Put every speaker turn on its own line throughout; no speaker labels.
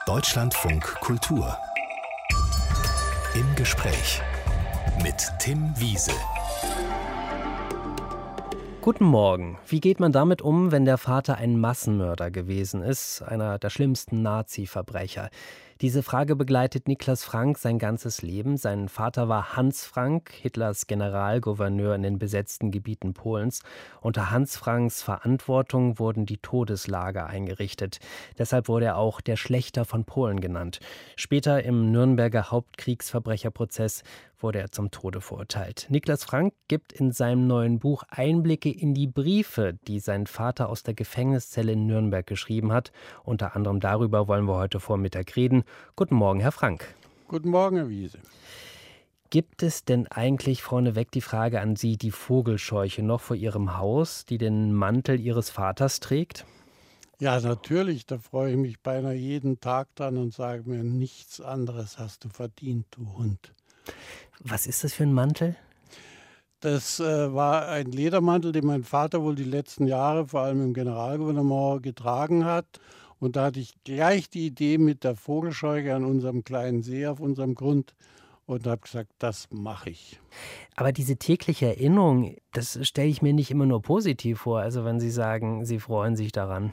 Deutschlandfunk Kultur. Im Gespräch mit Tim Wiese.
Guten Morgen. Wie geht man damit um, wenn der Vater ein Massenmörder gewesen ist, einer der schlimmsten Nazi-Verbrecher? Diese Frage begleitet Niklas Frank sein ganzes Leben. Sein Vater war Hans Frank, Hitlers Generalgouverneur in den besetzten Gebieten Polens. Unter Hans Franks Verantwortung wurden die Todeslager eingerichtet. Deshalb wurde er auch der Schlächter von Polen genannt. Später im Nürnberger Hauptkriegsverbrecherprozess wurde er zum Tode verurteilt. Niklas Frank gibt in seinem neuen Buch Einblicke in die Briefe, die sein Vater aus der Gefängniszelle in Nürnberg geschrieben hat. Unter anderem darüber wollen wir heute Vormittag reden. Guten Morgen, Herr Frank.
Guten Morgen, Herr Wiese.
Gibt es denn eigentlich vorneweg die Frage an Sie, die Vogelscheuche noch vor Ihrem Haus, die den Mantel Ihres Vaters trägt?
Ja, natürlich, da freue ich mich beinahe jeden Tag dran und sage mir, nichts anderes hast du verdient, du Hund.
Was ist das für ein Mantel?
Das war ein Ledermantel, den mein Vater wohl die letzten Jahre, vor allem im Generalgouvernement, getragen hat. Und da hatte ich gleich die Idee mit der Vogelscheuche an unserem kleinen See auf unserem Grund und habe gesagt, das mache ich.
Aber diese tägliche Erinnerung, das stelle ich mir nicht immer nur positiv vor. Also wenn Sie sagen, Sie freuen sich daran.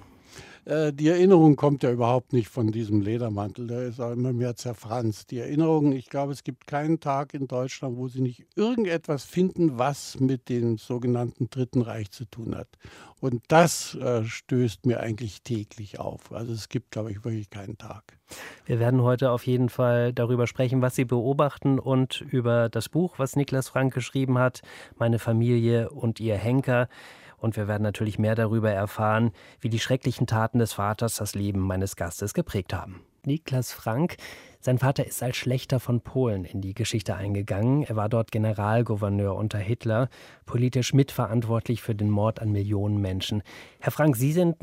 Die Erinnerung kommt ja überhaupt nicht von diesem Ledermantel, der ist auch immer mehr zerfranst. Die Erinnerung, ich glaube, es gibt keinen Tag in Deutschland, wo Sie nicht irgendetwas finden, was mit dem sogenannten Dritten Reich zu tun hat. Und das stößt mir eigentlich täglich auf. Also es gibt, glaube ich, wirklich keinen Tag.
Wir werden heute auf jeden Fall darüber sprechen, was Sie beobachten und über das Buch, was Niklas Frank geschrieben hat, Meine Familie und ihr Henker. Und wir werden natürlich mehr darüber erfahren, wie die schrecklichen Taten des Vaters das Leben meines Gastes geprägt haben. Niklas Frank, sein Vater ist als Schlächter von Polen in die Geschichte eingegangen. Er war dort Generalgouverneur unter Hitler, politisch mitverantwortlich für den Mord an Millionen Menschen. Herr Frank, Sie sind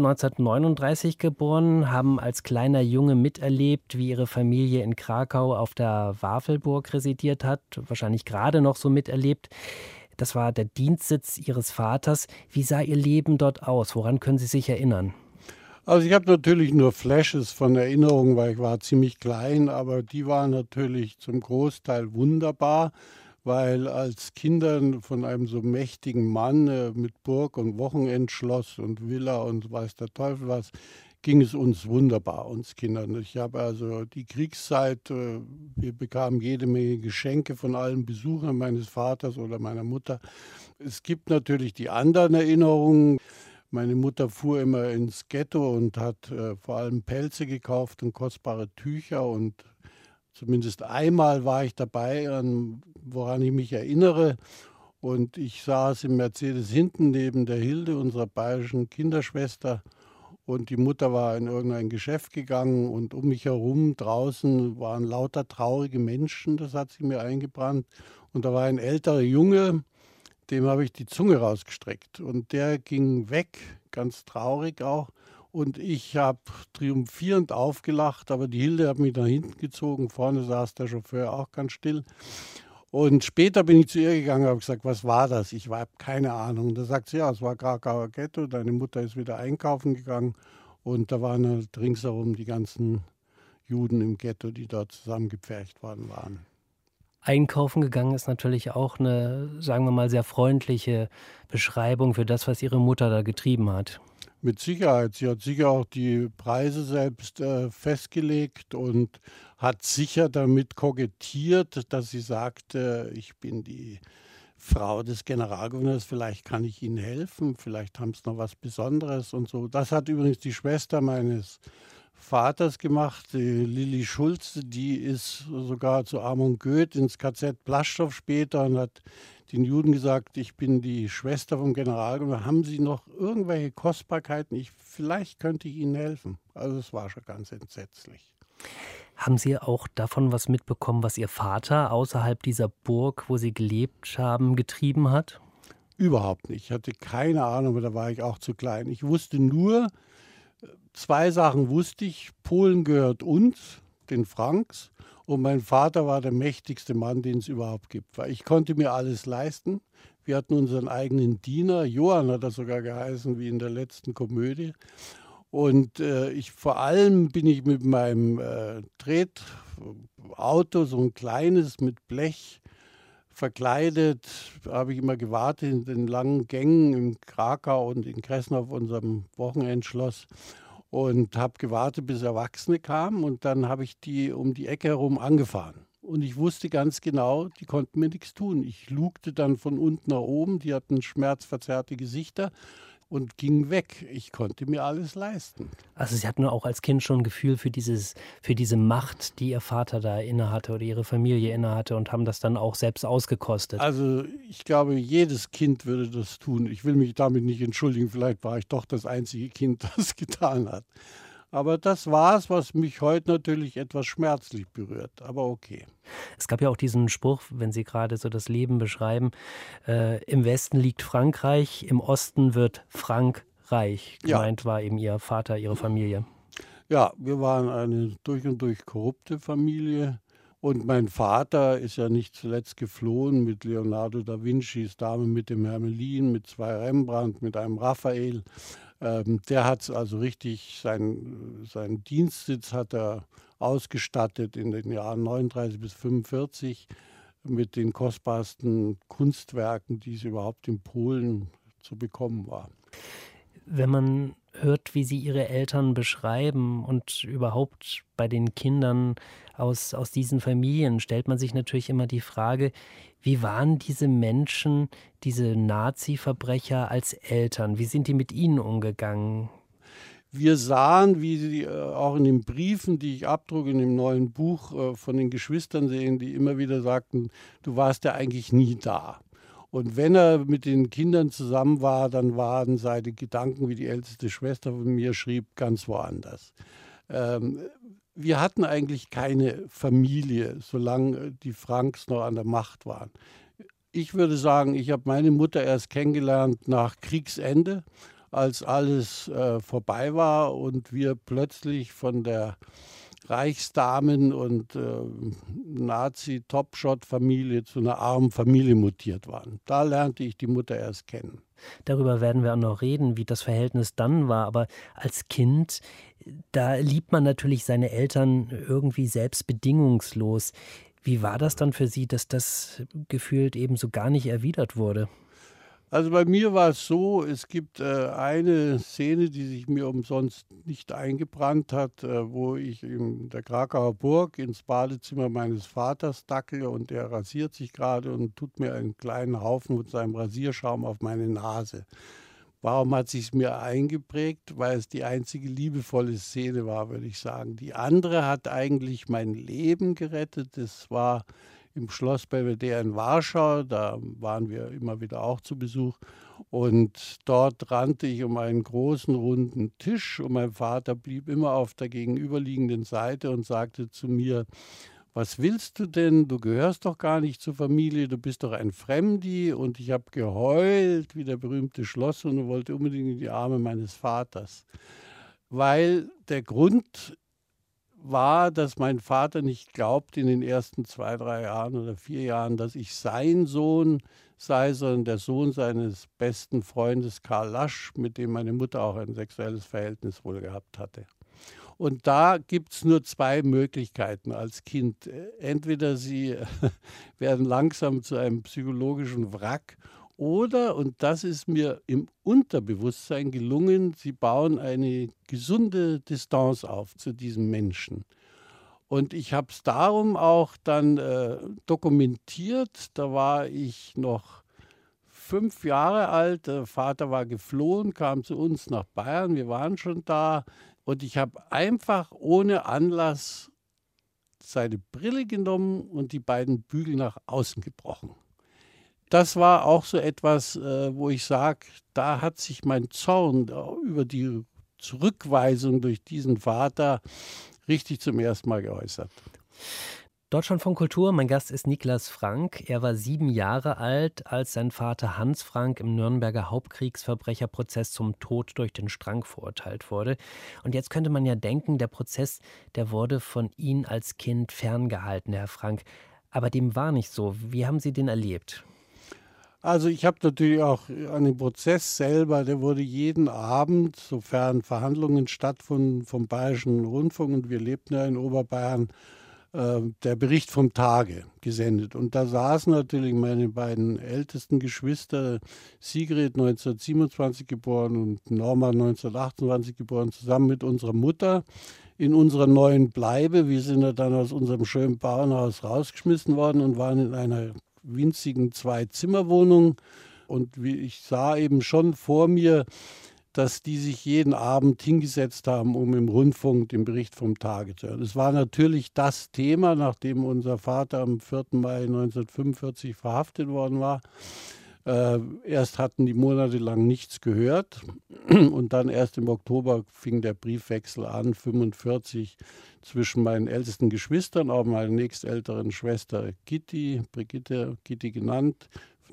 1939 geboren, haben als kleiner Junge miterlebt, wie Ihre Familie in Krakau auf der Wafelburg residiert hat, wahrscheinlich gerade noch so miterlebt. Das war der Dienstsitz Ihres Vaters. Wie sah Ihr Leben dort aus? Woran können Sie sich erinnern?
Also ich habe natürlich nur Flashes von Erinnerungen, weil ich war ziemlich klein, aber die waren natürlich zum Großteil wunderbar, weil als Kinder von einem so mächtigen Mann mit Burg und Wochenendschloss und Villa und weiß der Teufel was, ging es uns wunderbar, uns Kindern. Ich habe also die Kriegszeit, wir bekamen jede Menge Geschenke von allen Besuchern meines Vaters oder meiner Mutter. Es gibt natürlich die anderen Erinnerungen. Meine Mutter fuhr immer ins Ghetto und hat vor allem Pelze gekauft und kostbare Tücher. Und zumindest einmal war ich dabei, woran ich mich erinnere. Und ich saß im Mercedes hinten neben der Hilde, unserer bayerischen Kinderschwester. Und die Mutter war in irgendein Geschäft gegangen und um mich herum draußen waren lauter traurige Menschen, das hat sie mir eingebrannt. Und da war ein älterer Junge, dem habe ich die Zunge rausgestreckt und der ging weg, ganz traurig auch. Und ich habe triumphierend aufgelacht, aber die Hilde hat mich nach hinten gezogen, vorne saß der Chauffeur auch ganz still. Und später bin ich zu ihr gegangen und habe gesagt, was war das? Ich habe keine Ahnung. Da sagt sie, ja, es war Krakauer Ghetto, deine Mutter ist wieder einkaufen gegangen und da waren halt ringsherum die ganzen Juden im Ghetto, die dort zusammengepfercht worden waren.
Einkaufen gegangen ist natürlich auch eine, sagen wir mal, sehr freundliche Beschreibung für das, was Ihre Mutter da getrieben hat.
Mit Sicherheit. Sie hat sicher auch die Preise selbst festgelegt und hat sicher damit kokettiert, dass sie sagte, ich bin die Frau des Generalgouverneurs, vielleicht kann ich Ihnen helfen, vielleicht haben Sie noch was Besonderes und so. Das hat übrigens die Schwester meines Vaters gemacht, die Lilli Schulze, die ist sogar zu Amon Goeth ins KZ Plaszow später und hat den Juden gesagt, ich bin die Schwester vom Generalgouverneur. Haben Sie noch irgendwelche Kostbarkeiten? Vielleicht könnte ich Ihnen helfen. Also es war schon ganz entsetzlich.
Haben Sie auch davon was mitbekommen, was Ihr Vater außerhalb dieser Burg, wo Sie gelebt haben, getrieben hat?
Überhaupt nicht. Ich hatte keine Ahnung, aber da war ich auch zu klein. Ich wusste nur, zwei Sachen wusste ich. Polen gehört uns, den Franks. Und mein Vater war der mächtigste Mann, den es überhaupt gibt. Weil ich konnte mir alles leisten. Wir hatten unseren eigenen Diener. Johann hat er sogar geheißen, wie in der letzten Komödie. Und vor allem bin ich mit meinem Tretauto, so ein kleines mit Blech verkleidet, habe ich immer gewartet in den langen Gängen in Krakau und in Kressnow auf unserem Wochenendschloss und habe gewartet, bis Erwachsene kamen, und dann habe ich die um die Ecke herum angefahren. Und ich wusste ganz genau, die konnten mir nichts tun. Ich lugte dann von unten nach oben, die hatten schmerzverzerrte Gesichter und ging weg. Ich konnte mir alles leisten.
Also Sie hatten auch als Kind schon ein Gefühl für diese Macht, die Ihr Vater da innehatte oder Ihre Familie innehatte, und haben das dann auch selbst ausgekostet.
Also ich glaube, jedes Kind würde das tun. Ich will mich damit nicht entschuldigen, vielleicht war ich doch das einzige Kind, das getan hat. Aber das war es, was mich heute natürlich etwas schmerzlich berührt. Aber okay.
Es gab ja auch diesen Spruch, wenn Sie gerade so das Leben beschreiben, im Westen liegt Frankreich, im Osten wird Frank reich. Gemeint war eben Ihr Vater, Ihre Familie.
Ja, wir waren eine durch und durch korrupte Familie. Und mein Vater ist ja nicht zuletzt geflohen mit Leonardo da Vincis Dame mit dem Hermelin, mit 2 Rembrandt, mit einem Raphael. Der hat also richtig, seinen Dienstsitz hat er ausgestattet in den Jahren 39 bis 45 mit den kostbarsten Kunstwerken, die es überhaupt in Polen zu bekommen war.
Wenn man hört, wie Sie Ihre Eltern beschreiben und überhaupt bei den Kindern aus diesen Familien, stellt man sich natürlich immer die Frage, wie waren diese Menschen, diese Nazi-Verbrecher als Eltern? Wie sind die mit ihnen umgegangen?
Wir sahen, wie sie auch in den Briefen, die ich abdrucke in dem neuen Buch, von den Geschwistern sehen, die immer wieder sagten, du warst ja eigentlich nie da. Und wenn er mit den Kindern zusammen war, dann waren seine Gedanken, wie die älteste Schwester von mir schrieb, ganz woanders. Wir hatten eigentlich keine Familie, solange die Franks noch an der Macht waren. Ich würde sagen, ich habe meine Mutter erst kennengelernt nach Kriegsende, als alles vorbei war und wir plötzlich von der Reichsdamen- und Nazi-Topshot-Familie zu einer armen Familie mutiert waren. Da lernte ich die Mutter erst kennen.
Darüber werden wir auch noch reden, wie das Verhältnis dann war. Aber als Kind, da liebt man natürlich seine Eltern irgendwie selbst bedingungslos. Wie war das dann für Sie, dass das gefühlt eben so gar nicht erwidert wurde?
Also bei mir war es so, es gibt eine Szene, die sich mir umsonst nicht eingebrannt hat, wo ich in der Krakauer Burg ins Badezimmer meines Vaters dackle und er rasiert sich gerade und tut mir einen kleinen Haufen mit seinem Rasierschaum auf meine Nase. Warum hat sich es mir eingeprägt? Weil es die einzige liebevolle Szene war, würde ich sagen. Die andere hat eigentlich mein Leben gerettet. Das war im Schloss Belvedere in Warschau, da waren wir immer wieder auch zu Besuch. Und dort rannte ich um einen großen, runden Tisch und mein Vater blieb immer auf der gegenüberliegenden Seite und sagte zu mir, was willst du denn? Du gehörst doch gar nicht zur Familie, du bist doch ein Fremdi. Und ich habe geheult wie der berühmte Schlosshund und wollte unbedingt in die Arme meines Vaters. Weil der Grund war, dass mein Vater nicht glaubt in den ersten 2, 3 Jahren oder 4 Jahren, dass ich sein Sohn sei, sondern der Sohn seines besten Freundes Karl Lasch, mit dem meine Mutter auch ein sexuelles Verhältnis wohl gehabt hatte. Und da gibt es nur 2 Möglichkeiten als Kind. Entweder Sie werden langsam zu einem psychologischen Wrack oder, und das ist mir im Unterbewusstsein gelungen, Sie bauen eine gesunde Distanz auf zu diesem Menschen. Und ich habe es darum auch dann dokumentiert. Da war ich noch 5 Jahre alt. Der Vater war geflohen, kam zu uns nach Bayern. Wir waren schon da. Und ich habe einfach ohne Anlass seine Brille genommen und die beiden Bügel nach außen gebrochen. Das war auch so etwas, wo ich sage, da hat sich mein Zorn über die Zurückweisung durch diesen Vater richtig zum ersten Mal geäußert.
Deutschlandfunk Kultur, mein Gast ist Niklas Frank. Er war 7 Jahre alt, als sein Vater Hans Frank im Nürnberger Hauptkriegsverbrecherprozess zum Tod durch den Strang verurteilt wurde. Und jetzt könnte man ja denken, der Prozess, der wurde von Ihnen als Kind ferngehalten, Herr Frank. Aber dem war nicht so. Wie haben Sie den erlebt?
Also ich habe natürlich auch an dem Prozess selber, der wurde jeden Abend, sofern Verhandlungen stattfanden vom Bayerischen Rundfunk, und wir lebten ja in Oberbayern, der Bericht vom Tage gesendet. Und da saßen natürlich meine beiden ältesten Geschwister, Sigrid 1927 geboren und Norma 1928 geboren, zusammen mit unserer Mutter in unserer neuen Bleibe. Wir sind ja dann aus unserem schönen Bauernhaus rausgeschmissen worden und waren in einer winzigen Zwei-Zimmer-Wohnung. Und ich sah eben schon vor mir, dass die sich jeden Abend hingesetzt haben, um im Rundfunk den Bericht vom Tage zu hören. Es war natürlich das Thema, nachdem unser Vater am 4. Mai 1945 verhaftet worden war. Erst hatten die monatelang nichts gehört und dann erst im Oktober fing der Briefwechsel an, 1945, zwischen meinen ältesten Geschwistern, auch meiner nächstälteren Schwester Brigitte genannt,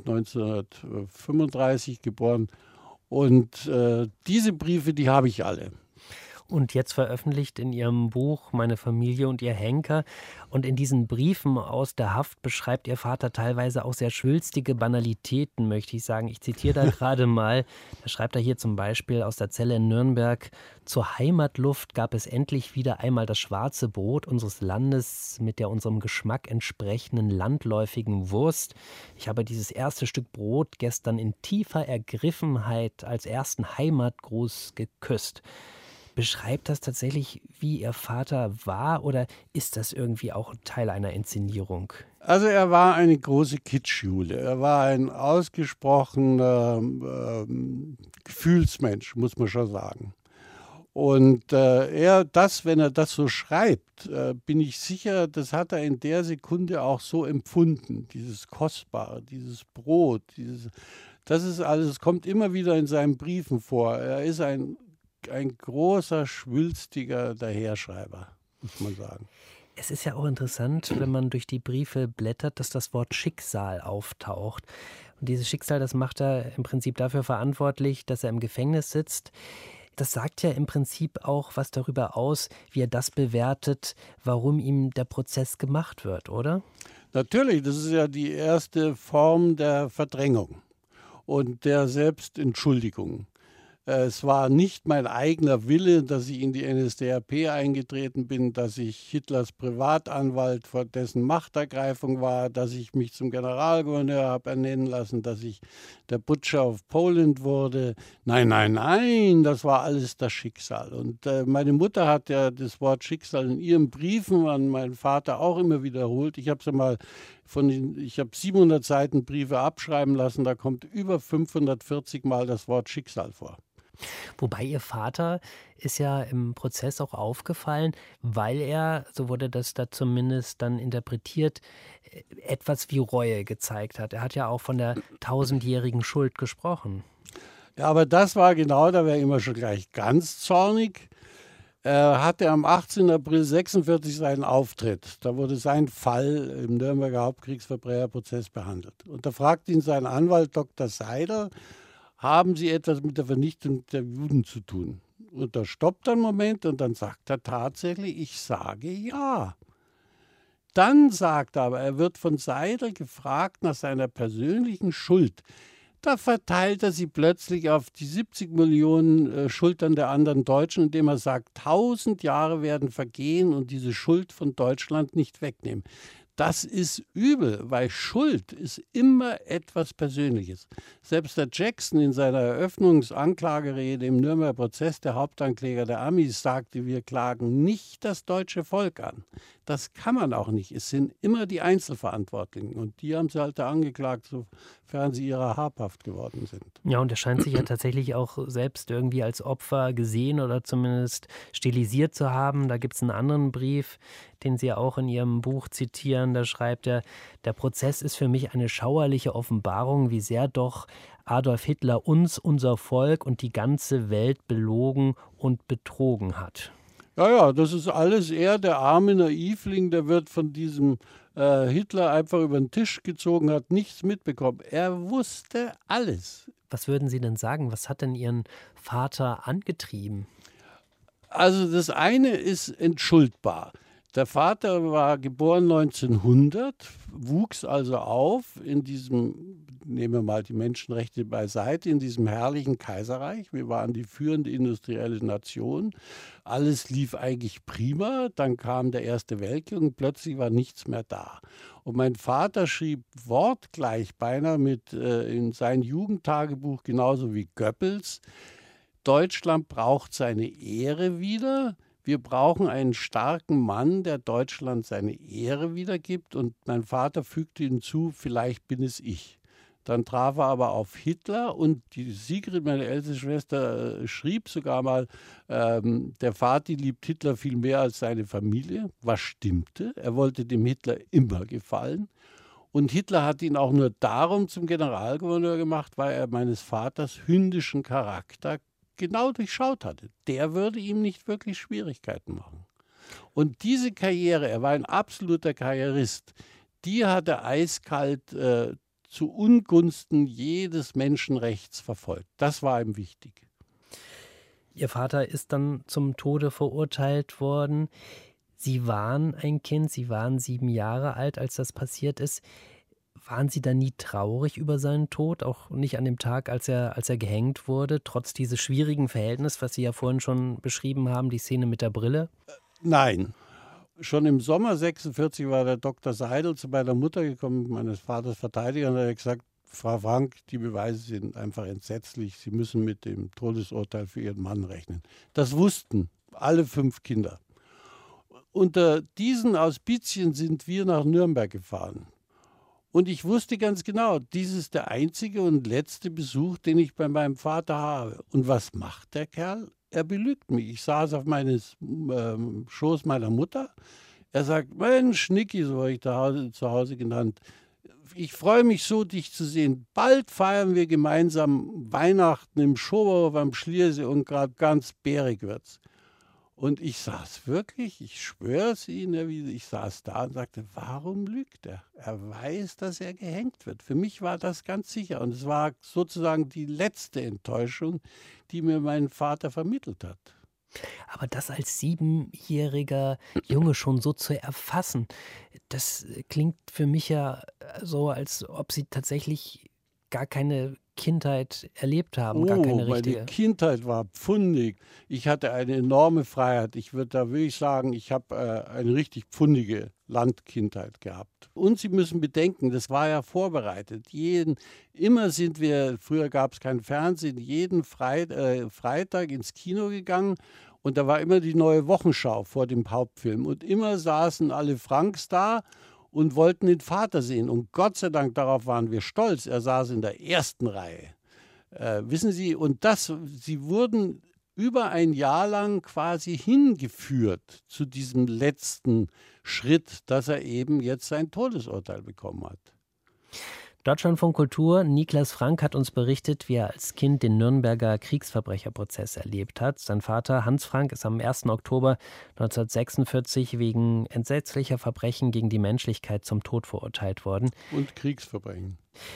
1935 geboren. Und diese Briefe, die habe ich alle.
Und jetzt veröffentlicht in Ihrem Buch Meine Familie und Ihr Henker. Und in diesen Briefen aus der Haft beschreibt Ihr Vater teilweise auch sehr schwülstige Banalitäten, möchte ich sagen. Ich zitiere da gerade mal, da schreibt er hier zum Beispiel aus der Zelle in Nürnberg: Zur Heimatluft gab es endlich wieder einmal das schwarze Brot unseres Landes mit der unserem Geschmack entsprechenden landläufigen Wurst. Ich habe dieses erste Stück Brot gestern in tiefer Ergriffenheit als ersten Heimatgruß geküsst. Beschreibt das tatsächlich, wie Ihr Vater war, oder ist das irgendwie auch Teil einer Inszenierung?
Also er war eine große Kitschjule. Er war ein ausgesprochener Gefühlsmensch, muss man schon sagen. Und wenn er das so schreibt, bin ich sicher, das hat er in der Sekunde auch so empfunden. Dieses Kostbare, dieses Brot, das ist alles, kommt immer wieder in seinen Briefen vor. Er ist ein großer, schwülstiger Daherschreiber, muss man sagen.
Es ist ja auch interessant, wenn man durch die Briefe blättert, dass das Wort Schicksal auftaucht. Und dieses Schicksal, das macht er im Prinzip dafür verantwortlich, dass er im Gefängnis sitzt. Das sagt ja im Prinzip auch was darüber aus, wie er das bewertet, warum ihm der Prozess gemacht wird, oder?
Natürlich, das ist ja die erste Form der Verdrängung und der Selbstentschuldigung. Es war nicht mein eigener Wille, dass ich in die NSDAP eingetreten bin, dass ich Hitlers Privatanwalt vor dessen Machtergreifung war, dass ich mich zum Generalgouverneur habe ernennen lassen, dass ich der Butcher of Poland wurde. Nein, nein, nein, das war alles das Schicksal. Und meine Mutter hat ja das Wort Schicksal in ihren Briefen an meinen Vater auch immer wiederholt. Ich habe 700 Seiten Briefe abschreiben lassen, da kommt über 540 Mal das Wort Schicksal vor.
Wobei Ihr Vater ist ja im Prozess auch aufgefallen, weil er, so wurde das da zumindest dann interpretiert, etwas wie Reue gezeigt hat. Er hat ja auch von der 1000-jährigen Schuld gesprochen.
Ja, aber das war genau, da wäre ich immer schon gleich ganz zornig. Er hatte am 18. April 1946 seinen Auftritt. Da wurde sein Fall im Nürnberger Hauptkriegsverbrecherprozess behandelt. Und da fragte ihn sein Anwalt Dr. Seidel: Haben Sie etwas mit der Vernichtung der Juden zu tun? Und da stoppt er einen Moment und dann sagt er tatsächlich: Ich sage ja. Dann sagt er aber, er wird von Seidel gefragt nach seiner persönlichen Schuld. Da verteilt er sie plötzlich auf die 70 Millionen Schultern der anderen Deutschen, indem er sagt, 1000 Jahre werden vergehen und diese Schuld von Deutschland nicht wegnehmen. Das ist übel, weil Schuld ist immer etwas Persönliches. Selbst der Jackson in seiner Eröffnungsanklagerede im Nürnberger Prozess, der Hauptankläger der Amis, sagte, wir klagen nicht das deutsche Volk an. Das kann man auch nicht. Es sind immer die Einzelverantwortlichen. Und die haben sie halt da angeklagt, sofern sie ihrer habhaft geworden sind.
Ja, und er scheint sich ja tatsächlich auch selbst irgendwie als Opfer gesehen oder zumindest stilisiert zu haben. Da gibt es einen anderen Brief, den Sie auch in Ihrem Buch zitieren. Da schreibt er: Der Prozess ist für mich eine schauerliche Offenbarung, wie sehr doch Adolf Hitler uns, unser Volk und die ganze Welt belogen und betrogen hat.
Ja, das ist alles er, der arme Naivling, der wird von diesem Hitler einfach über den Tisch gezogen, hat nichts mitbekommen. Er wusste alles.
Was würden Sie denn sagen? Was hat denn Ihren Vater angetrieben?
Also das eine ist entschuldbar. Der Vater war geboren 1900, wuchs also auf in diesem nehmen wir mal die Menschenrechte beiseite, in diesem herrlichen Kaiserreich. Wir waren die führende industrielle Nation. Alles lief eigentlich prima. Dann kam der Erste Weltkrieg und plötzlich war nichts mehr da. Und mein Vater schrieb wortgleich beinahe in sein Jugendtagebuch, genauso wie Goebbels: Deutschland braucht seine Ehre wieder. Wir brauchen einen starken Mann, der Deutschland seine Ehre wiedergibt. Und mein Vater fügte hinzu, vielleicht bin es ich. Dann traf er aber auf Hitler und die Sigrid, meine älteste Schwester, schrieb sogar mal, der Vati liebt Hitler viel mehr als seine Familie. Was stimmte? Er wollte dem Hitler immer gefallen. Und Hitler hat ihn auch nur darum zum Generalgouverneur gemacht, weil er meines Vaters hündischen Charakter genau durchschaut hatte. Der würde ihm nicht wirklich Schwierigkeiten machen. Und diese Karriere, er war ein absoluter Karrierist, die hat er eiskalt zu Ungunsten jedes Menschenrechts verfolgt. Das war ihm wichtig.
Ihr Vater ist dann zum Tode verurteilt worden. Sie waren ein Kind, Sie waren 7 Jahre alt, als das passiert ist. Waren Sie da nie traurig über seinen Tod, auch nicht an dem Tag, als er gehängt wurde, trotz dieses schwierigen Verhältnisses, was Sie ja vorhin schon beschrieben haben, die Szene mit der Brille?
Nein. Schon im Sommer 1946 war der Dr. Seidel zu meiner Mutter gekommen, meines Vaters Verteidiger, und er hat gesagt: Frau Frank, die Beweise sind einfach entsetzlich. Sie müssen mit dem Todesurteil für Ihren Mann rechnen. Das wussten alle 5 Kinder. Unter diesen Auspizien sind wir nach Nürnberg gefahren. Und ich wusste ganz genau, dies ist der einzige und letzte Besuch, den ich bei meinem Vater habe. Und was macht der Kerl? Er belügt mich. Ich saß auf meines Schoß meiner Mutter. Er sagt: Mensch, Niki, so habe ich zu Hause genannt, ich freue mich so, dich zu sehen. Bald feiern wir gemeinsam Weihnachten im Schoberhof am Schliersee und gerade ganz bärig wird's. Und ich saß wirklich, ich schwöre es Ihnen, ich saß da und sagte: Warum lügt er? Er weiß, dass er gehängt wird. Für mich war das ganz sicher. Und es war sozusagen die letzte Enttäuschung, die mir mein Vater vermittelt hat.
Aber das als 7-jähriger Junge schon so zu erfassen, das klingt für mich ja so, als ob Sie tatsächlich gar keine Kindheit erlebt haben, gar keine richtige.
Meine Kindheit war pfundig. Ich hatte eine enorme Freiheit. Ich würde da wirklich sagen, ich habe eine richtig pfundige Landkindheit gehabt. Und Sie müssen bedenken, das war ja vorbereitet. Früher gab es kein Fernsehen, jeden Freitag ins Kino gegangen. Und da war immer die neue Wochenschau vor dem Hauptfilm. Und immer saßen alle Franks da und wollten den Vater sehen. Und Gott sei Dank, darauf waren wir stolz. Er saß in der ersten Reihe. Wissen Sie, Sie wurden über ein Jahr lang quasi hingeführt zu diesem letzten Schritt, dass er eben jetzt sein Todesurteil bekommen hat.
Deutschlandfunk Kultur, Niklas Frank hat uns berichtet, wie er als Kind den Nürnberger Kriegsverbrecherprozess erlebt hat. Sein Vater Hans Frank ist am 1. Oktober 1946 wegen entsetzlicher Verbrechen gegen die Menschlichkeit zum Tod verurteilt worden.
Und Kriegsverbrechen.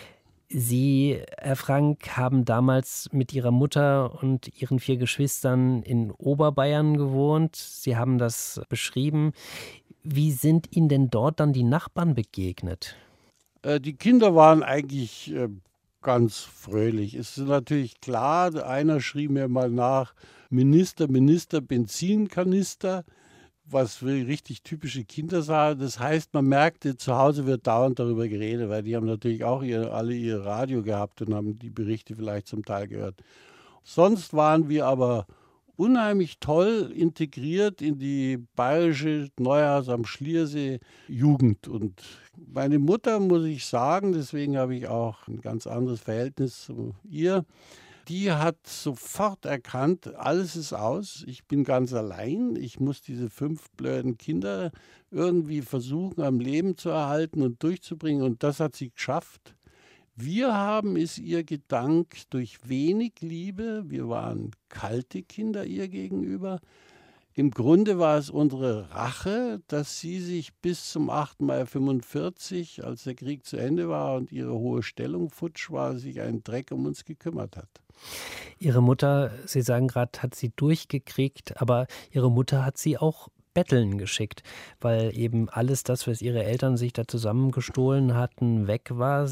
Sie, Herr Frank, haben damals mit Ihrer Mutter und Ihren 4 Geschwistern in Oberbayern gewohnt. Sie haben das beschrieben. Wie sind Ihnen denn dort dann die Nachbarn begegnet?
Die Kinder waren eigentlich ganz fröhlich. Es ist natürlich klar, einer schrie mir mal nach: Minister, Benzinkanister, was für richtig typische Kindersache. Das heißt, man merkte, zu Hause wird dauernd darüber geredet, weil die haben natürlich auch alle ihr Radio gehabt und haben die Berichte vielleicht zum Teil gehört. Sonst waren wir aber unheimlich toll integriert in die bayerische Neuhaus am Schliersee Jugend. Und meine Mutter, muss ich sagen, deswegen habe ich auch ein ganz anderes Verhältnis zu ihr, die hat sofort erkannt, alles ist aus, ich bin ganz allein, ich muss diese 5 blöden Kinder irgendwie versuchen, am Leben zu erhalten und durchzubringen. Und das hat sie geschafft. Wir haben es ihr gedankt durch wenig Liebe. Wir waren kalte Kinder ihr gegenüber. Im Grunde war es unsere Rache, dass sie sich bis zum 8. Mai 1945, als der Krieg zu Ende war und ihre hohe Stellung futsch war, sich einen Dreck um uns gekümmert hat.
Ihre Mutter, Sie sagen gerade, hat sie durchgekriegt, aber Ihre Mutter hat sie auch betteln geschickt, weil eben alles das, was ihre Eltern sich da zusammengestohlen hatten, weg war.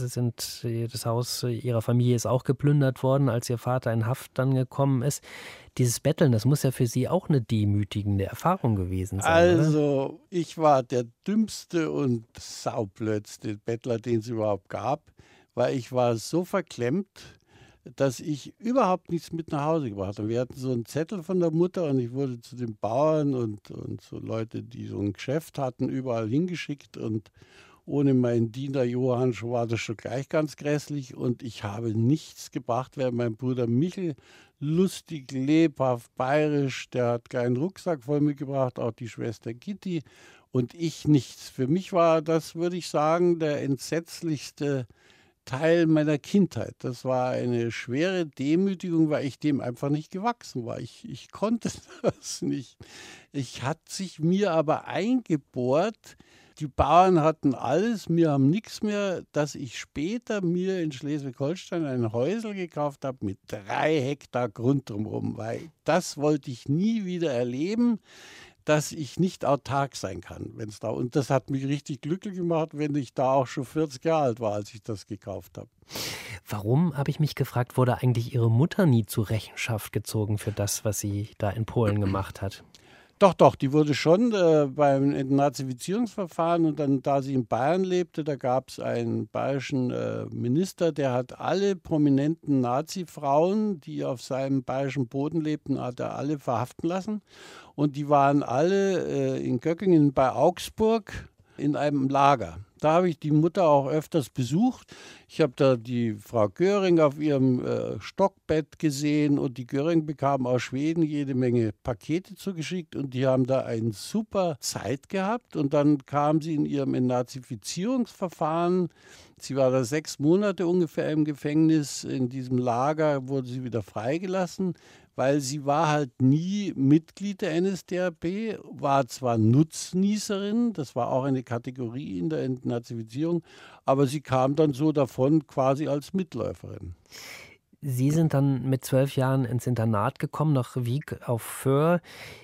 Das Haus ihrer Familie ist auch geplündert worden, als ihr Vater in Haft dann gekommen ist. Dieses Betteln, das muss ja für Sie auch eine demütigende Erfahrung gewesen sein, oder?
Also, ich war der dümmste und saublödste Bettler, den es überhaupt gab, weil ich war so verklemmt, dass ich überhaupt nichts mit nach Hause gebracht habe. Wir hatten so einen Zettel von der Mutter und ich wurde zu den Bauern und so Leute, die so ein Geschäft hatten, überall hingeschickt und ohne meinen Diener Johann war das schon gleich ganz grässlich und ich habe nichts gebracht, während mein Bruder Michel lustig, lebhaft, bayerisch, der hat keinen Rucksack voll mitgebracht, auch die Schwester Gitti und ich nichts. Für mich war das, würde ich sagen, der entsetzlichste Teil meiner Kindheit. Das war eine schwere Demütigung, weil ich dem einfach nicht gewachsen war. Ich konnte das nicht. Ich hat sich mir aber eingebohrt. Die Bauern hatten alles, wir haben nichts mehr, dass ich später mir in Schleswig-Holstein ein Häusl gekauft habe mit 3 Hektar Grund drumherum, weil das wollte ich nie wieder erleben, dass ich nicht autark sein kann, wenn es da. Und das hat mich richtig glücklich gemacht, wenn ich da auch schon 40 Jahre alt war, als ich das gekauft habe.
Warum, habe ich mich gefragt, wurde eigentlich Ihre Mutter nie zur Rechenschaft gezogen für das, was sie da in Polen gemacht hat?
Doch, die wurde schon beim Entnazifizierungsverfahren und dann, da sie in Bayern lebte, da gab es einen bayerischen Minister, der hat alle prominenten Nazi-Frauen, die auf seinem bayerischen Boden lebten, hat er alle verhaften lassen. Und die waren alle in Göttingen bei Augsburg in einem Lager. Da habe ich die Mutter auch öfters besucht. Ich habe da die Frau Göring auf ihrem Stockbett gesehen und die Göring bekam aus Schweden jede Menge Pakete zugeschickt und die haben da eine super Zeit gehabt und dann kam sie in ihrem Entnazifizierungsverfahren. Sie war da 6 Monate ungefähr im Gefängnis. In diesem Lager wurde sie wieder freigelassen, weil sie war halt nie Mitglied der NSDAP, war zwar Nutznießerin, das war auch eine Kategorie in der Entnazifizierung, aber sie kam dann so davon quasi als Mitläuferin.
Sie sind dann mit 12 Jahren ins Internat gekommen, nach Wiek auf Föhr.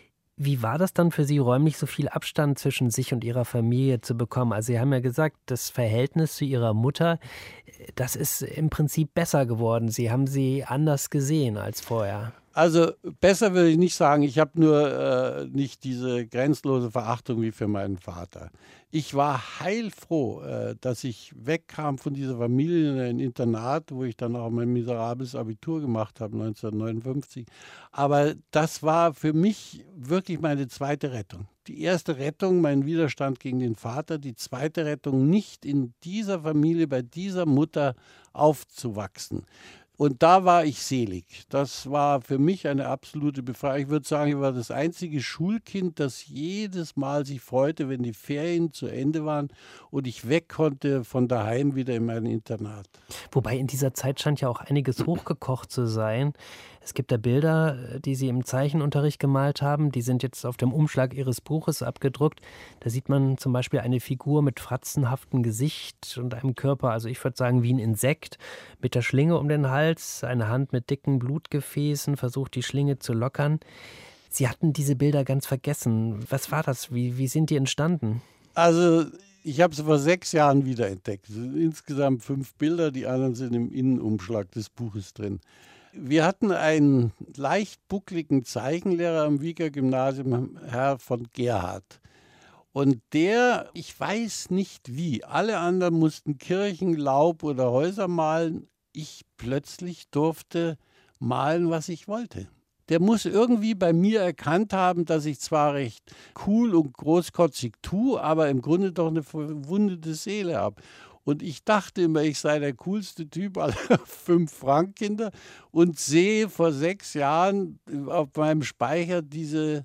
Wie war das dann für Sie, räumlich so viel Abstand zwischen sich und Ihrer Familie zu bekommen? Also Sie haben ja gesagt, das Verhältnis zu Ihrer Mutter, das ist im Prinzip besser geworden. Sie haben sie anders gesehen als vorher.
Also besser würde ich nicht sagen, ich habe nur nicht diese grenzlose Verachtung wie für meinen Vater. Ich war heilfroh, dass ich wegkam von dieser Familie in ein Internat, wo ich dann auch mein miserables Abitur gemacht habe, 1959. Aber das war für mich wirklich meine zweite Rettung. Die erste Rettung, mein Widerstand gegen den Vater, die zweite Rettung, nicht in dieser Familie, bei dieser Mutter aufzuwachsen. Und da war ich selig. Das war für mich eine absolute Befreiung. Ich würde sagen, ich war das einzige Schulkind, das jedes Mal sich freute, wenn die Ferien zu Ende waren und ich weg konnte von daheim wieder in mein Internat.
Wobei in dieser Zeit scheint ja auch einiges hochgekocht zu sein. Es gibt da Bilder, die Sie im Zeichenunterricht gemalt haben. Die sind jetzt auf dem Umschlag Ihres Buches abgedruckt. Da sieht man zum Beispiel eine Figur mit fratzenhaftem Gesicht und einem Körper, also ich würde sagen wie ein Insekt, mit der Schlinge um den Hals, eine Hand mit dicken Blutgefäßen, versucht die Schlinge zu lockern. Sie hatten diese Bilder ganz vergessen. Was war das? Wie sind die entstanden?
Also ich habe sie vor 6 Jahren wiederentdeckt. Es sind insgesamt 5 Bilder, die anderen sind im Innenumschlag des Buches drin. Wir hatten einen leicht buckligen Zeichenlehrer am Wieker Gymnasium, Herr von Gerhardt. Und der, ich weiß nicht wie, alle anderen mussten Kirchen, Laub oder Häuser malen. Ich plötzlich durfte malen, was ich wollte. Der muss irgendwie bei mir erkannt haben, dass ich zwar recht cool und großkotzig tue, aber im Grunde doch eine verwundete Seele habe. Und ich dachte immer, ich sei der coolste Typ aller 5 Frankkinder und sehe vor 6 Jahren auf meinem Speicher diese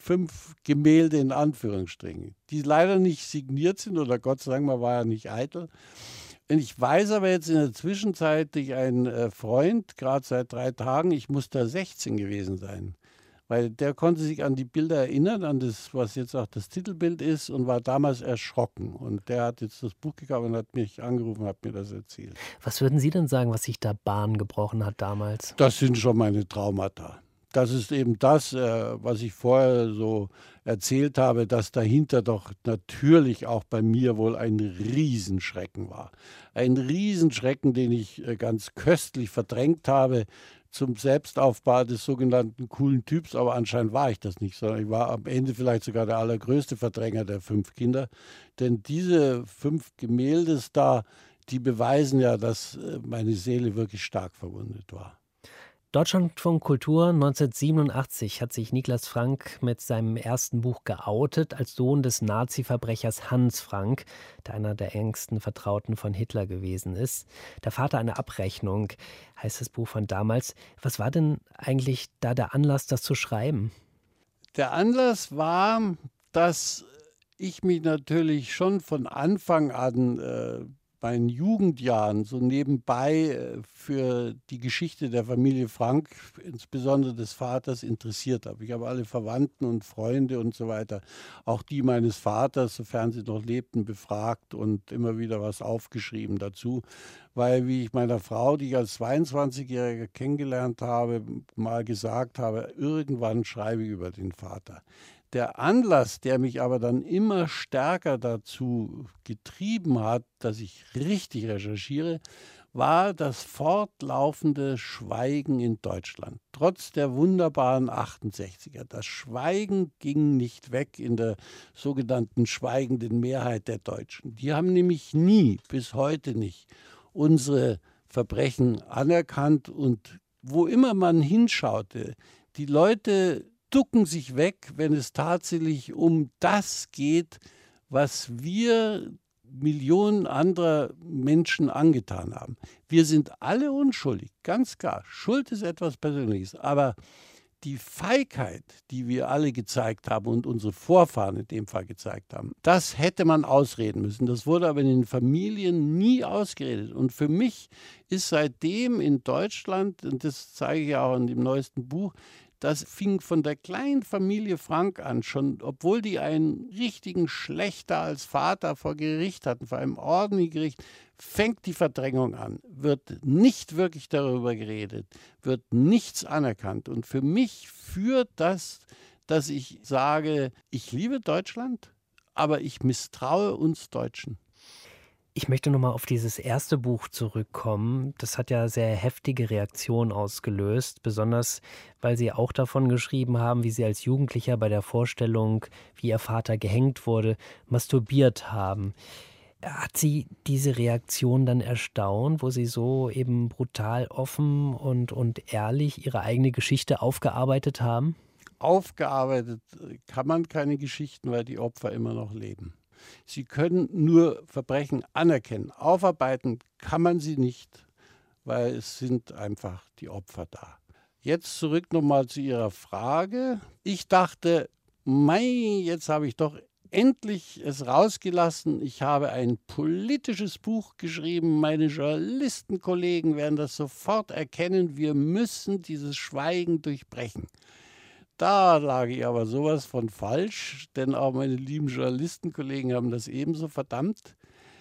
5 Gemälde in Anführungsstrichen, die leider nicht signiert sind oder Gott sei Dank, man war ja nicht eitel. Und ich weiß aber jetzt in der Zwischenzeit durch einen Freund, gerade seit 3 Tagen, ich muss da 16 gewesen sein. Weil der konnte sich an die Bilder erinnern, an das, was jetzt auch das Titelbild ist und war damals erschrocken. Und der hat jetzt das Buch gekauft und hat mich angerufen und hat mir das erzählt.
Was würden Sie denn sagen, was sich da Bahn gebrochen hat damals?
Das sind schon meine Traumata. das ist eben das, was ich vorher so erzählt habe, dass dahinter doch natürlich auch bei mir wohl ein Riesenschrecken war. Ein Riesenschrecken, den ich ganz köstlich verdrängt habe zum Selbstaufbau des sogenannten coolen Typs, aber anscheinend war ich das nicht, sondern ich war am Ende vielleicht sogar der allergrößte Verdränger der 5 Kinder. Denn diese 5 Gemäldes da, die beweisen ja, dass meine Seele wirklich stark verwundet war.
Deutschlandfunk Kultur 1987 hat sich Niklas Frank mit seinem ersten Buch geoutet als Sohn des Nazi-Verbrechers Hans Frank, der einer der engsten Vertrauten von Hitler gewesen ist. Der Vater einer Abrechnung, heißt das Buch von damals. Was war denn eigentlich da der Anlass, das zu schreiben?
Der Anlass war, dass ich mich natürlich schon von Anfang an meinen Jugendjahren so nebenbei für die Geschichte der Familie Frank, insbesondere des Vaters, interessiert habe. Ich habe alle Verwandten und Freunde und so weiter, auch die meines Vaters, sofern sie noch lebten, befragt und immer wieder was aufgeschrieben dazu. Weil, wie ich meiner Frau, die ich als 22-Jähriger kennengelernt habe, mal gesagt habe, irgendwann schreibe ich über den Vater. Der Anlass, der mich aber dann immer stärker dazu getrieben hat, dass ich richtig recherchiere, war das fortlaufende Schweigen in Deutschland. Trotz der wunderbaren 68er. Das Schweigen ging nicht weg in der sogenannten schweigenden Mehrheit der Deutschen. Die haben nämlich nie, bis heute nicht, unsere Verbrechen anerkannt. Und wo immer man hinschaute, die Leute ducken sich weg, wenn es tatsächlich um das geht, was wir Millionen anderer Menschen angetan haben. Wir sind alle unschuldig, ganz klar. Schuld ist etwas Persönliches, aber die Feigheit, die wir alle gezeigt haben und unsere Vorfahren in dem Fall gezeigt haben, das hätte man ausreden müssen. Das wurde aber in den Familien nie ausgeredet. Und für mich ist seitdem in Deutschland, und das zeige ich ja auch in dem neuesten Buch, das fing von der kleinen Familie Frank an, schon obwohl die einen richtigen Schlächter als Vater vor Gericht hatten, vor einem ordentlichen Gericht, fängt die Verdrängung an, wird nicht wirklich darüber geredet, wird nichts anerkannt. Und für mich führt das, dass ich sage, ich liebe Deutschland, aber ich misstraue uns Deutschen.
Ich möchte nochmal auf dieses erste Buch zurückkommen. Das hat ja sehr heftige Reaktionen ausgelöst, besonders weil Sie auch davon geschrieben haben, wie Sie als Jugendlicher bei der Vorstellung, wie Ihr Vater gehängt wurde, masturbiert haben. Hat Sie diese Reaktion dann erstaunt, wo Sie so eben brutal offen und ehrlich Ihre eigene Geschichte aufgearbeitet haben?
Aufgearbeitet kann man keine Geschichten, weil die Opfer immer noch leben. Sie können nur Verbrechen anerkennen. Aufarbeiten kann man sie nicht, weil es sind einfach die Opfer da. Jetzt zurück nochmal zu Ihrer Frage. Ich dachte, jetzt habe ich doch endlich es rausgelassen. Ich habe ein politisches Buch geschrieben. Meine Journalistenkollegen werden das sofort erkennen. Wir müssen dieses Schweigen durchbrechen. Da lag ich aber sowas von falsch, denn auch meine lieben Journalistenkollegen haben das ebenso verdammt.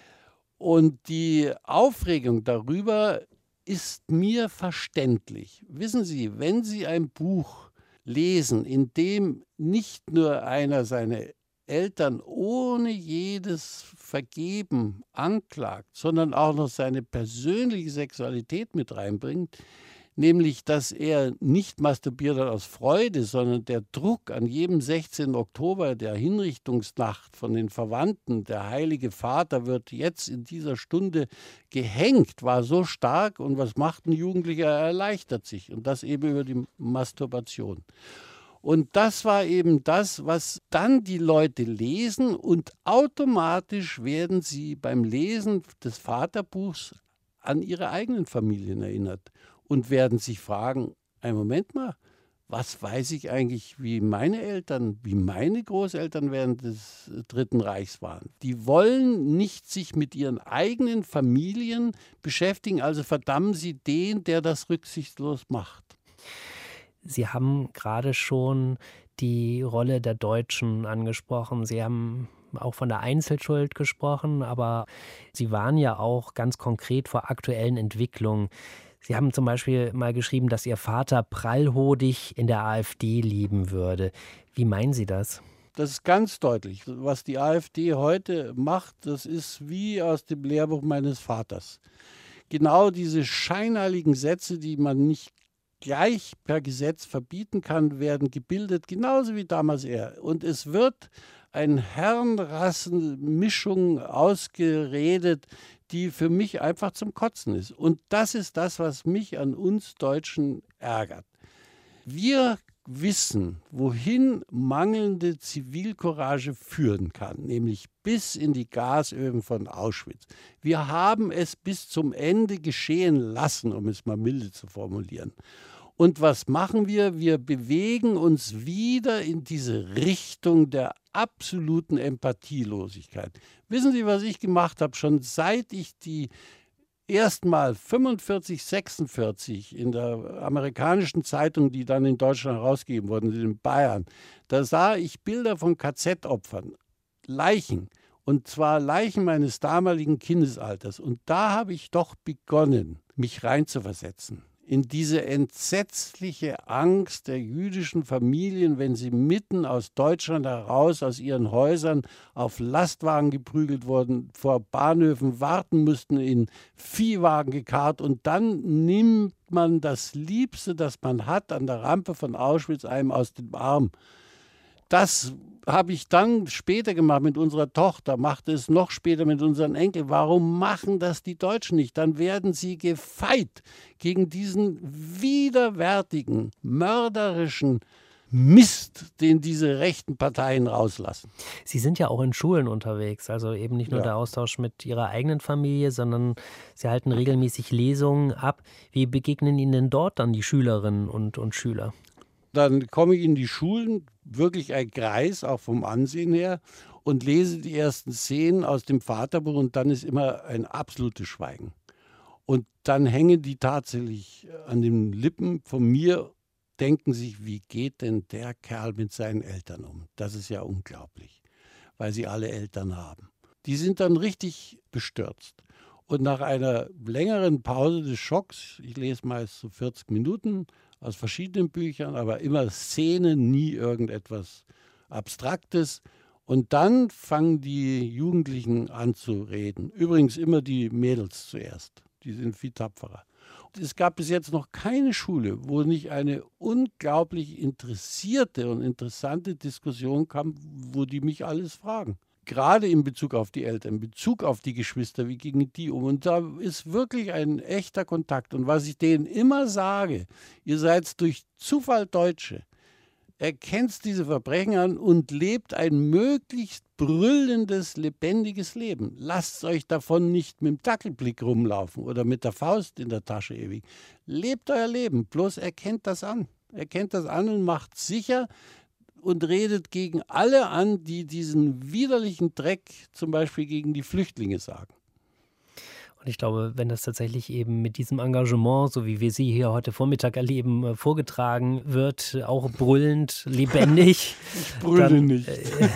Und die Aufregung darüber ist mir verständlich. Wissen Sie, wenn Sie ein Buch lesen, in dem nicht nur einer seine Eltern ohne jedes Vergeben anklagt, sondern auch noch seine persönliche Sexualität mit reinbringt, nämlich, dass er nicht masturbiert hat aus Freude, sondern der Druck an jedem 16. Oktober, der Hinrichtungsnacht von den Verwandten, der Heilige Vater wird jetzt in dieser Stunde gehängt, war so stark. Und was macht ein Jugendlicher? Er erleichtert sich. Und das eben über die Masturbation. Und das war eben das, was dann die Leute lesen. Und automatisch werden sie beim Lesen des Vaterbuchs an ihre eigenen Familien erinnert. Und werden sich fragen, einen Moment mal, was weiß ich eigentlich, wie meine Eltern, wie meine Großeltern während des Dritten Reichs waren. Die wollen nicht sich mit ihren eigenen Familien beschäftigen, also verdammen sie den, der das rücksichtslos macht.
Sie haben gerade schon die Rolle der Deutschen angesprochen. Sie haben auch von der Einzelschuld gesprochen, aber Sie waren ja auch ganz konkret vor aktuellen Entwicklungen. Sie haben zum Beispiel mal geschrieben, dass Ihr Vater prallhodig in der AfD leben würde. Wie meinen Sie das?
Das ist ganz deutlich. Was die AfD heute macht, das ist wie aus dem Lehrbuch meines Vaters. Genau diese scheinheiligen Sätze, die man nicht gleich per Gesetz verbieten kann, werden gebildet, genauso wie damals er. Und es wird eine Herrenrassenmischung ausgeredet, die für mich einfach zum Kotzen ist. Und das ist das, was mich an uns Deutschen ärgert. Wir wissen, wohin mangelnde Zivilcourage führen kann, nämlich bis in die Gasöfen von Auschwitz. Wir haben es bis zum Ende geschehen lassen, um es mal milde zu formulieren. Und was machen wir? Wir bewegen uns wieder in diese Richtung der absoluten Empathielosigkeit. Wissen Sie, was ich gemacht habe? Schon seit ich die erstmal 45, 46 in der amerikanischen Zeitung, die dann in Deutschland herausgegeben wurden, in Bayern, da sah ich Bilder von KZ-Opfern, Leichen, und zwar Leichen meines damaligen Kindesalters. Und da habe ich doch begonnen, mich reinzuversetzen in diese entsetzliche Angst der jüdischen Familien, wenn sie mitten aus Deutschland heraus, aus ihren Häusern auf Lastwagen geprügelt wurden, vor Bahnhöfen warten mussten, in Viehwagen gekarrt, und dann nimmt man das Liebste, das man hat, an der Rampe von Auschwitz einem aus dem Arm. Das habe ich dann später gemacht mit unserer Tochter, machte es noch später mit unseren Enkeln. Warum machen das die Deutschen nicht? Dann werden sie gefeit gegen diesen widerwärtigen, mörderischen Mist, den diese rechten Parteien rauslassen.
Sie sind ja auch in Schulen unterwegs, also eben nicht nur der Austausch mit Ihrer eigenen Familie, sondern Sie halten regelmäßig Lesungen ab. Wie begegnen Ihnen denn dort dann die Schülerinnen und Schüler?
Dann komme ich in die Schulen, wirklich ein Greis, auch vom Ansehen her, und lese die ersten Szenen aus dem Vaterbuch, und dann ist immer ein absolutes Schweigen. Und dann hängen die tatsächlich an den Lippen von mir, denken sich, wie geht denn der Kerl mit seinen Eltern um? Das ist ja unglaublich, weil sie alle Eltern haben. Die sind dann richtig bestürzt. Und nach einer längeren Pause des Schocks, ich lese meist so 40 Minuten, aus verschiedenen Büchern, aber immer Szenen, nie irgendetwas Abstraktes. Und dann fangen die Jugendlichen an zu reden. Übrigens immer die Mädels zuerst. Die sind viel tapferer. Es gab bis jetzt noch keine Schule, wo nicht eine unglaublich interessierte und interessante Diskussion kam, wo die mich alles fragen. Gerade in Bezug auf die Eltern, in Bezug auf die Geschwister, wie gingen die um? Und da ist wirklich ein echter Kontakt. Und was ich denen immer sage, ihr seid durch Zufall Deutsche, erkennt diese Verbrechen an und lebt ein möglichst brüllendes, lebendiges Leben. Lasst euch davon nicht mit dem Dackelblick rumlaufen oder mit der Faust in der Tasche ewig. Lebt euer Leben, bloß erkennt das an. Erkennt das an und macht sicher, und redet gegen alle an, die diesen widerlichen Dreck zum Beispiel gegen die Flüchtlinge sagen.
Und ich glaube, wenn das tatsächlich eben mit diesem Engagement, so wie wir Sie hier heute Vormittag erleben, vorgetragen wird, auch brüllend, lebendig.
Ich brülle dann, nicht.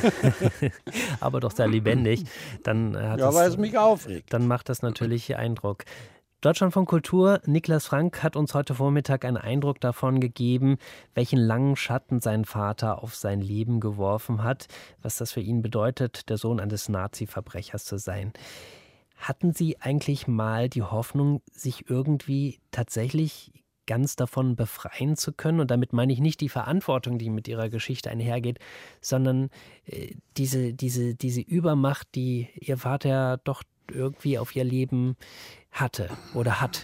Aber doch sehr lebendig. Dann hat
weil es mich aufregt.
Dann macht das natürlich Eindruck. Deutschlandfunk Kultur, Niklas Frank hat uns heute Vormittag einen Eindruck davon gegeben, welchen langen Schatten sein Vater auf sein Leben geworfen hat, was das für ihn bedeutet, der Sohn eines Nazi-Verbrechers zu sein. Hatten Sie eigentlich mal die Hoffnung, sich irgendwie tatsächlich ganz davon befreien zu können? Und damit meine ich nicht die Verantwortung, die mit Ihrer Geschichte einhergeht, sondern diese Übermacht, die Ihr Vater doch irgendwie auf Ihr Leben hatte oder hat.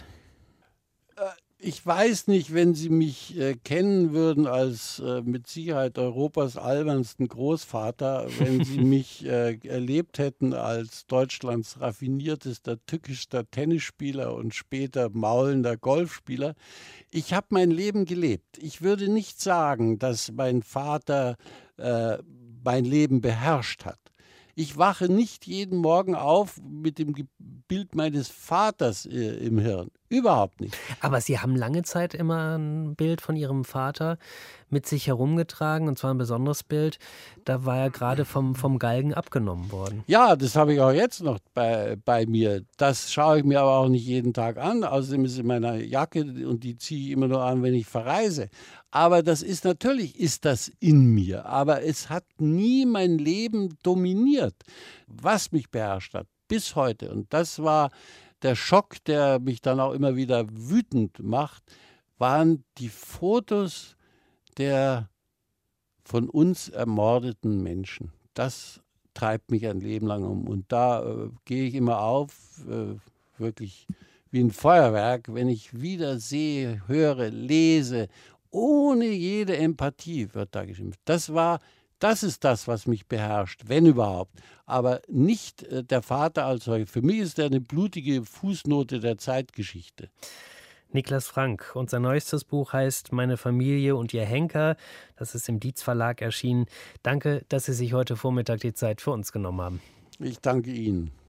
Ich weiß nicht, wenn Sie mich kennen würden als mit Sicherheit Europas albernsten Großvater, wenn Sie mich erlebt hätten als Deutschlands raffiniertester, tückischster Tennisspieler und später maulender Golfspieler. Ich habe mein Leben gelebt. Ich würde nicht sagen, dass mein Vater mein Leben beherrscht hat. Ich wache nicht jeden Morgen auf mit dem Bild meines Vaters im Hirn. Überhaupt nicht.
Aber Sie haben lange Zeit immer ein Bild von Ihrem Vater mit sich herumgetragen, und zwar ein besonderes Bild. Da war er gerade vom Galgen abgenommen worden.
Ja, das habe ich auch jetzt noch bei mir. Das schaue ich mir aber auch nicht jeden Tag an. Außerdem ist es in meiner Jacke und die ziehe ich immer nur an, wenn ich verreise. Aber natürlich ist das in mir. Aber es hat nie mein Leben dominiert, was mich beherrscht hat, bis heute. Und das war der Schock, der mich dann auch immer wieder wütend macht, waren die Fotos der von uns ermordeten Menschen. Das treibt mich ein Leben lang um. Und da gehe ich immer auf, wirklich wie ein Feuerwerk, wenn ich wieder sehe, höre, lese, ohne jede Empathie wird da geschimpft. Das ist das, was mich beherrscht, wenn überhaupt. Aber nicht der Vater als solcher. Für mich ist er eine blutige Fußnote der Zeitgeschichte.
Niklas Frank. Und sein neuestes Buch heißt »Meine Familie und ihr Henker«. Das ist im Dietz Verlag erschienen. Danke, dass Sie sich heute Vormittag die Zeit für uns genommen haben.
Ich danke Ihnen.